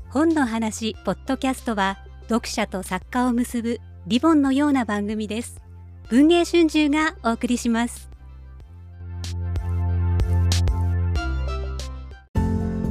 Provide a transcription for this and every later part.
本の話ポッドキャストは読者と作家を結ぶリボンのような番組です。文藝春秋がお送りします。 ポ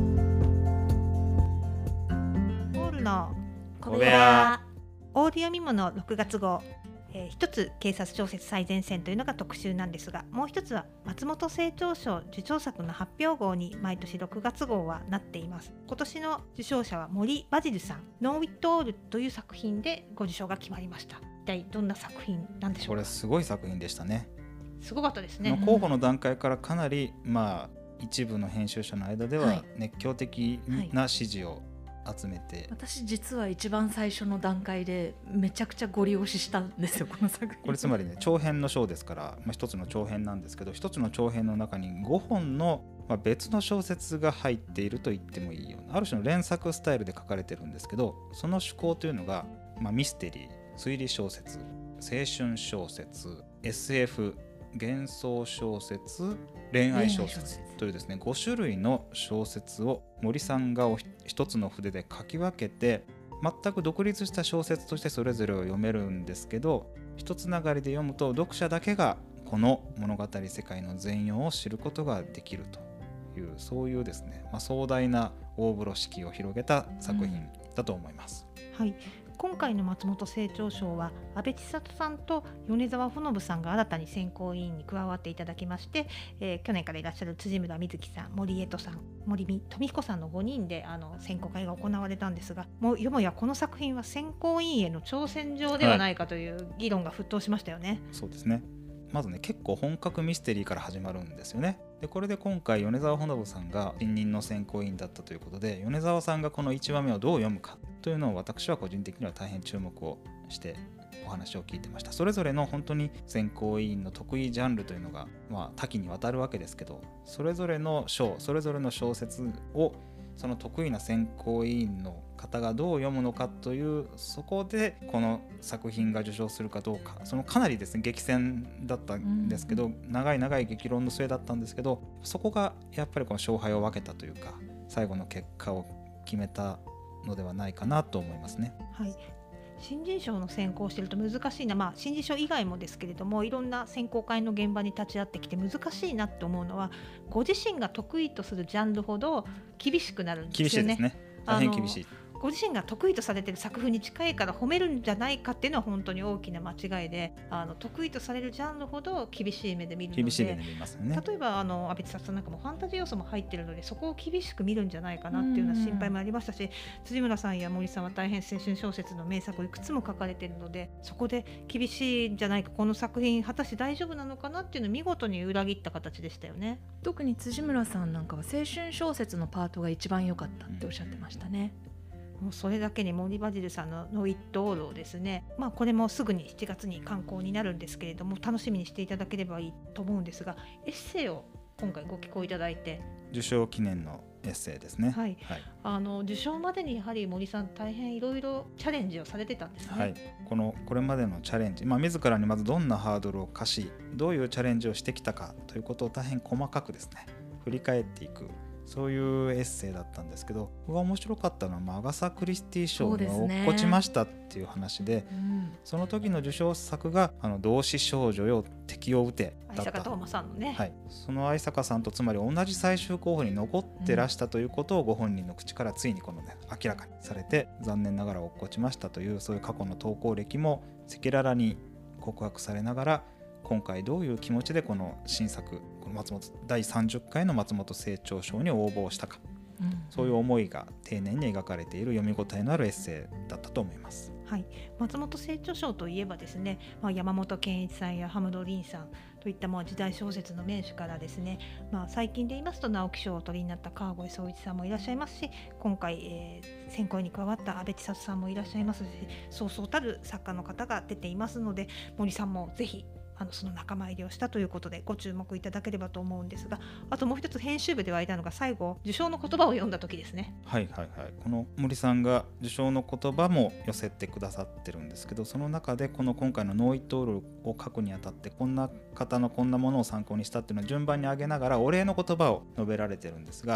ールの小部屋オーディオミモの6月号、一つ警察小説最前線というのが特集なんですが、もう一つは松本清張賞受賞作の発表号に毎年6月号はなっています。今年の受賞者は森バジルさん、ノーウィットオールという作品でご受賞が決まりました。一体どんな作品なんでしょうか。 これすごい作品でしたね。 すごかったですね。 候補の段階からかなり、一部の編集者の間では熱狂的な支持を集めて、 私実は一番最初の段階でめちゃくちゃゴリ押ししたんですよ、この作品。 これつまりね、長編の章ですから、一つの長編なんですけど、一つの長編の中に5本の、別の小説が入っていると言ってもいいような、ある種の連作スタイルで書かれてるんですけど、その趣向というのが、ミステリー、推理小説、青春小説、 SF、幻想小説、恋愛小説というですね、5種類の小説を森さんが一つの筆で書き分けて、全く独立した小説としてそれぞれを読めるんですけど、一つながりで読むと読者だけがこの物語世界の全容を知ることができるという、そういうですね、壮大な大風呂敷を広げた作品だと思います。 はい、今回の松本清張賞は阿部知里さんと米沢穂信さんが新たに選考委員に加わっていただきまして、去年からいらっしゃる辻村瑞希さん、森江戸さん、森見富彦さんの5人で選考会が行われたんですが、もうよもやこの作品は選考委員への挑戦状ではないかという議論が沸騰しましたよね。 そうですね。まずね、結構本格ミステリーから始まるんですよね。でこれで今回米沢穂信さんが新任の選考委員だったということで、米沢さんがこの1話目をどう読むかというのを私は個人的には大変注目をしてお話を聞いてました。それぞれの本当に選考委員の得意ジャンルというのが、多岐にわたるわけですけど、それぞれの章、それぞれの小説をその得意な選考委員の方がどう読むのかという、そこでこの作品が受賞するかどうか、そのかなりですね激戦だったんですけど、長い激論の末だったんですけど、そこがやっぱりこの勝敗を分けたというか、最後の結果を決めたのではないかなと思いますね。 はい、新人賞の選考をしていると難しいな、新人賞以外もですけれども、いろんな選考会の現場に立ち会ってきて難しいなと思うのは、ご自身が得意とするジャンルほど厳しくなるんですよね。 厳しいですね。大変厳しい。 ご自身が得意とされている作風に近いから褒めるんじゃないかっていうのは本当に大きな間違いで、得意とされるジャンルほど厳しい目で見るので、 厳しい目で見ますよね。 例えば阿部知里さんなんかもファンタジー要素も入っているので、そこを厳しく見るんじゃないかなっていうような心配もありましたし、辻村さんや森さんは大変青春小説の名作をいくつも書かれているので、そこで厳しいんじゃないか、この作品果たして大丈夫なのかなっていうのを見事に裏切った形でしたよね。 特に辻村さんなんかは青春小説のパートが一番良かったっておっしゃってましたね。 もうそれだけに森バジルさんのノイットオールをですね、これもすぐに7月に刊行になるんですけれども、楽しみにしていただければいいと思うんですが、エッセイを今回ご寄稿いただいて、 受賞記念のエッセイですね。 はい、受賞までにやはり森さん大変いろいろチャレンジをされてたんですね。 はい、これまでのチャレンジ、自らにまずどんなハードルを課し、どういうチャレンジをしてきたかということを大変細かくですね振り返っていく、そういうエッセイだったんですけど、僕が面白かったのはアガサ・クリスティ賞に落っこちましたっていう話で、その時の受賞作が同志少女よ敵を撃てだった。 相坂斗真さんのね、 はい、その相坂さんとつまり同じ最終候補に残ってらしたということをご本人の口からついに明らかにされて、残念ながら落っこちましたという、そういう過去の投稿歴も赤裸々に告白されながら、今回どういう気持ちでこの新作、この第30回の松本清張賞に応募したか、そういう思いが丁寧に描かれている読み応えのあるエッセイだったと思います。 はい、松本清張賞といえばですね、山本健一さんや浜野凛さんといった時代小説の名手からですね、最近で言いますと直木賞をお取りになった川越宗一さんもいらっしゃいますし、今回、選考委に加わった阿部知里さんもいらっしゃいますし、そうそうたる作家の方が出ていますので、森さんもぜひその仲間入りをしたということでご注目いただければと思うんですが、あともう一つ編集部で湧いたのが最後受賞の言葉を読んだ時ですね。 はいはいはい、この森さんが受賞の言葉も寄せてくださってるんですけど、その中で今回のノーイットオールを書くにあたって、こんな方のこんなものを参考にしたっていうのを順番に挙げながらお礼の言葉を述べられてるんですが、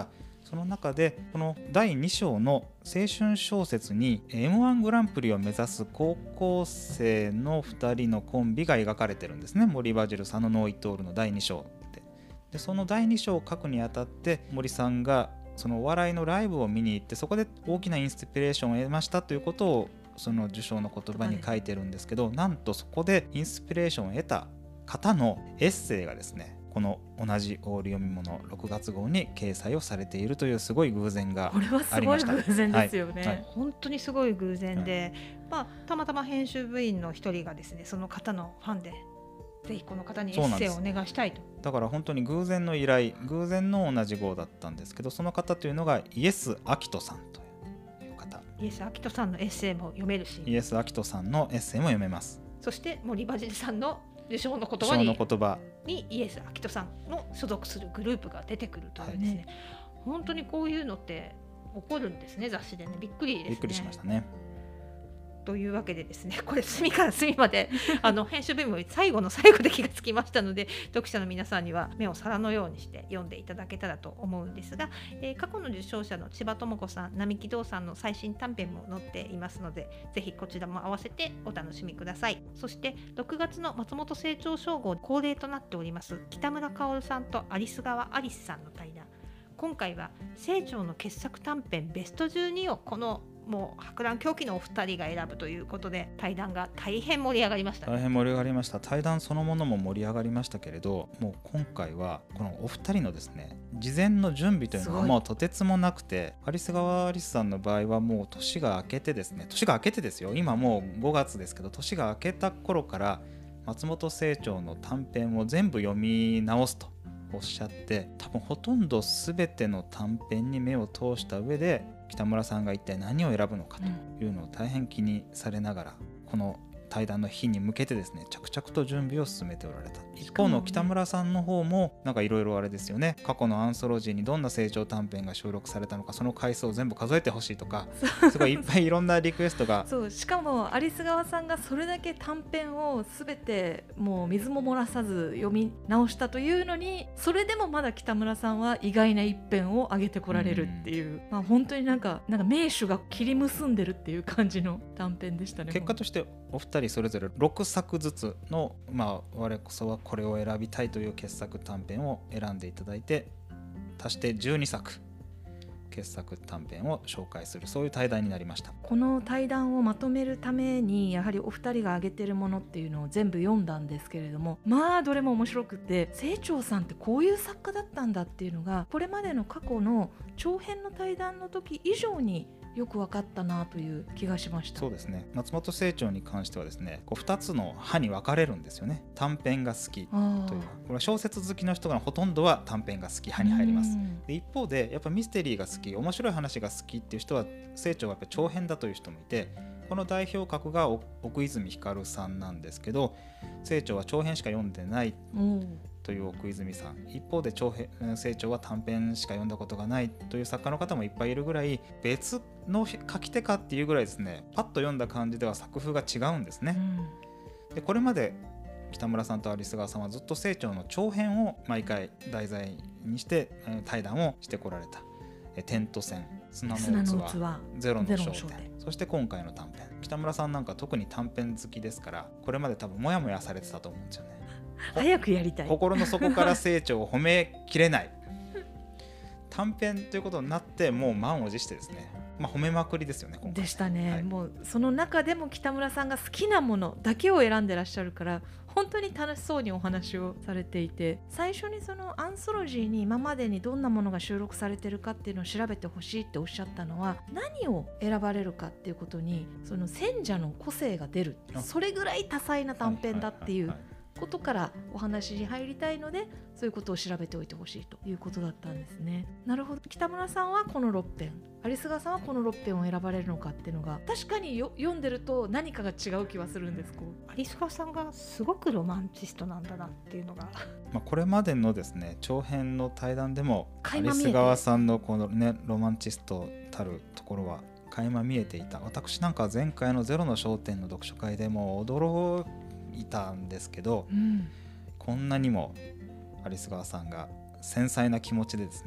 その中でこの第2章の青春小説に M1 グランプリを目指す高校生の2人のコンビが描かれてるんですね。森バジルさんのノーイトールの第2章で、その第2章を書くにあたって森さんがそのお笑いのライブを見に行って、そこで大きなインスピレーションを得ましたということをその受賞の言葉に書いてるんですけど、なんとそこでインスピレーションを得た方のエッセイがですね、この同じオール読み物6月号に掲載をされているというすごい偶然がありました。 これはすごい偶然ですよね、 はいはい、 本当にすごい偶然で、たまたま編集部員の一人がですね、その方のファンでぜひこの方にエッセイをお願いしたいと。 だから本当に偶然の依頼、偶然の同じ号だったんですけど、その方というのがイエス・アキトさんという方。 イエス・アキトさんのエッセイも読めるし、 イエス・アキトさんのエッセイも読めます。 そして森バジルさんの受賞の言葉にイエス・アキトさんの所属するグループが出てくるというですね、本当にこういうのって起こるんですね、雑誌でね。びっくりですね。 びっくりしましたね。 というわけでですね、これ隅から隅まで編集部も最後の最後で気がつきましたので、読者の皆さんには目を皿のようにして読んでいただけたらと思うんですが、過去の受賞者の千葉智子さん、並木道さんの最新短編も載っていますので、ぜひこちらも合わせてお楽しみください。そして6月の松本清張称号恒例となっております北村薫さんと有栖川アリスさんの対談、今回は清張の傑作短編ベスト12をこのもう博覧狂気のお二人が選ぶということで、対談が大変盛り上がりましたね。 大変盛り上がりました。対談そのものも盛り上がりましたけれど、もう今回はこのお二人のですね、事前の準備というのがもうとてつもなくて、有栖川アリスさんの場合はもう年が明けてですね、年が明けてですよ、今もう5月ですけど、年が明けた頃から松本清張の短編を全部読み直すとおっしゃって、多分ほとんど全ての短編に目を通した上で北村さんが一体何を選ぶのかというのを大変気にされながら、この対談の日に向けてですね、着々と準備を進めておられた。一方の北村さんの方もなんかいろいろあれですよね、過去のアンソロジーにどんな成長短編が収録されたのか、その回数を全部数えてほしいとか、すごいいっぱいいろんなリクエストがそう、しかも有栖川さんがそれだけ短編を全てもう水も漏らさず読み直したというのに、それでもまだ北村さんは意外な一編を上げてこられるっていう、本当になんか名手が切り結んでるっていう感じの短編でしたね。 結果としてお二人それぞれ6作ずつの、我こそはこれを選びたいという傑作短編を選んでいただいて、足して12作傑作短編を紹介する、そういう対談になりました。 この対談をまとめるためにやはりお二人が挙げてるものっていうのを全部読んだんですけれども、どれも面白くて、清張さんってこういう作家だったんだっていうのがこれまでの過去の長編の対談の時以上によく分かったなという気がしました。 そうですね、松本清張に関してはですね、2つの派に分かれるんですよね。短編が好きという、これは小説好きの人がほとんどは短編が好き派に入ります。で一方でやっぱミステリーが好き、面白い話が好きっていう人は清張はやっぱ長編だという人もいて、この代表格が奥泉光さんなんですけど、清張は長編しか読んでないという奥泉さん、一方で清張は短編しか読んだことがないという作家の方もいっぱいいるぐらい、別の書き手かっていうぐらいですね、パッと読んだ感じでは作風が違うんですね。でこれまで北村さんと有栖川さんはずっと清張の長編を毎回題材にして対談をしてこられた。テント戦、砂の器、ゼロの焦点、そして今回の短編。北村さんなんか特に短編好きですから、これまで多分モヤモヤされてたと思うんですよね。 早くやりたい、 心の底から清張を褒めきれない短編ということになって、もう満を持してですね、褒めまくりですよね今回でしたね、もうその中でも北村さんが好きなものだけを選んでらっしゃるから、本当に楽しそうにお話をされていて、最初にそのアンソロジーに今までにどんなものが収録されてるかっていうのを調べてほしいっておっしゃったのは、何を選ばれるかっていうことにその選者の個性が出る、それぐらい多彩な短編だっていうことからお話に入りたいので、そういうことを調べておいてほしいということだったんですね。なるほど、北村さんはこの6編、有栖川さんはこの6編を選ばれるのかっていうのが、確かに読んでると何かが違う気はするんです。 有栖川さんがすごくロマンチストなんだなっていうのがこれまでのですね長編の対談でも有栖川さんのこのねロマンチストたるところは垣間見えていた。私なんか前回のゼロの焦点の読書会でも驚いたんですけど、こんなにも有栖川さんが繊細な気持ちでですね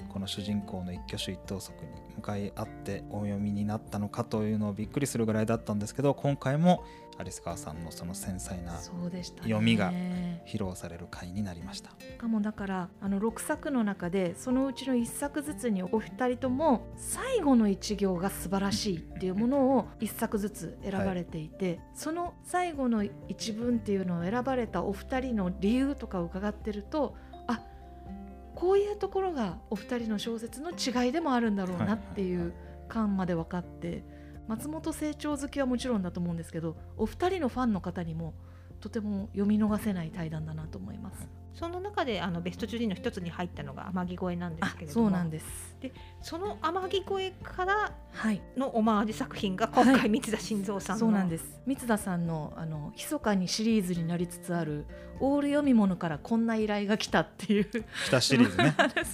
この主人公の一挙手一投足に向かい合ってお読みになったのかというのをびっくりするぐらいだったんですけど、今回も有栖川さんのその繊細なそうでしたね、 読みが披露される回になりました。 しかもだから6作の中でそのうちの1作ずつにお二人とも最後の一行が素晴らしいっていうものを1作ずつ選ばれていて、その最後の一文っていうのを選ばれたお二人の理由とかを伺ってると、あ、こういうところがお二人の小説の違いでもあるんだろうなっていう感まで分かって、松本清張好きはもちろんだと思うんですけど、お二人のファンの方にもとても読み逃せない対談だなと思います。 その中でベスト12の一つに入ったのが天城越えなんですけれども、 そうなんです。 でその天城越えからはいのオマージュ作品が今回三田晋三さんの、 そうなんです。三田さんの密かにシリーズになりつつあるオール読み物からこんな依頼が来たっていう来たシリーズね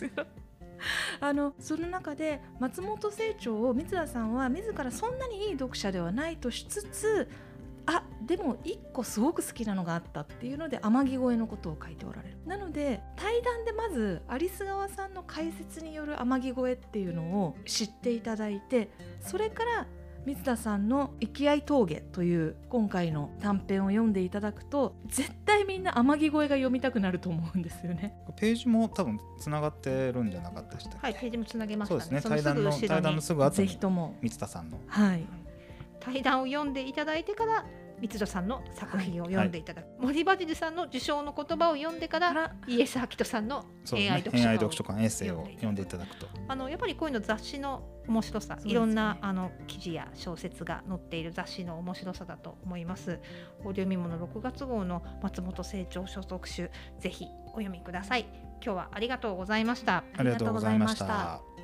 その中で松本清張を三田さんは自らそんなにいい読者ではないとしつつ、でも一個すごく好きなのがあったっていうので天城越えのことを書いておられる。なので対談でまず有栖川さんの解説による天城越えっていうのを知っていただいて、それから三田さんの生き合い峠という今回の短編を読んでいただくと、絶対みんな天城越えが読みたくなると思うんですよね。 ページも多分つながってるんじゃなかったでしたっけ。 はい、ページもつなげましたね。 そうですね、 そのすぐ後ろに対談のすぐ後ぜにひとも、 三田さんの、 はい、 対談を読んでいただいてから三田さんの作品を読んでいただく、森バジルさんの受賞の言葉を読んでからイエス・アキトさんの偏愛読書館エッセイを読んでいただくと、 やっぱりこういうの雑誌の面白さ、いろんな記事や小説が載っている雑誌の面白さだと思います。オーディオミモの6月号の松本清張書特集、ぜひお読みください。今日はありがとうございました。 ありがとうございました。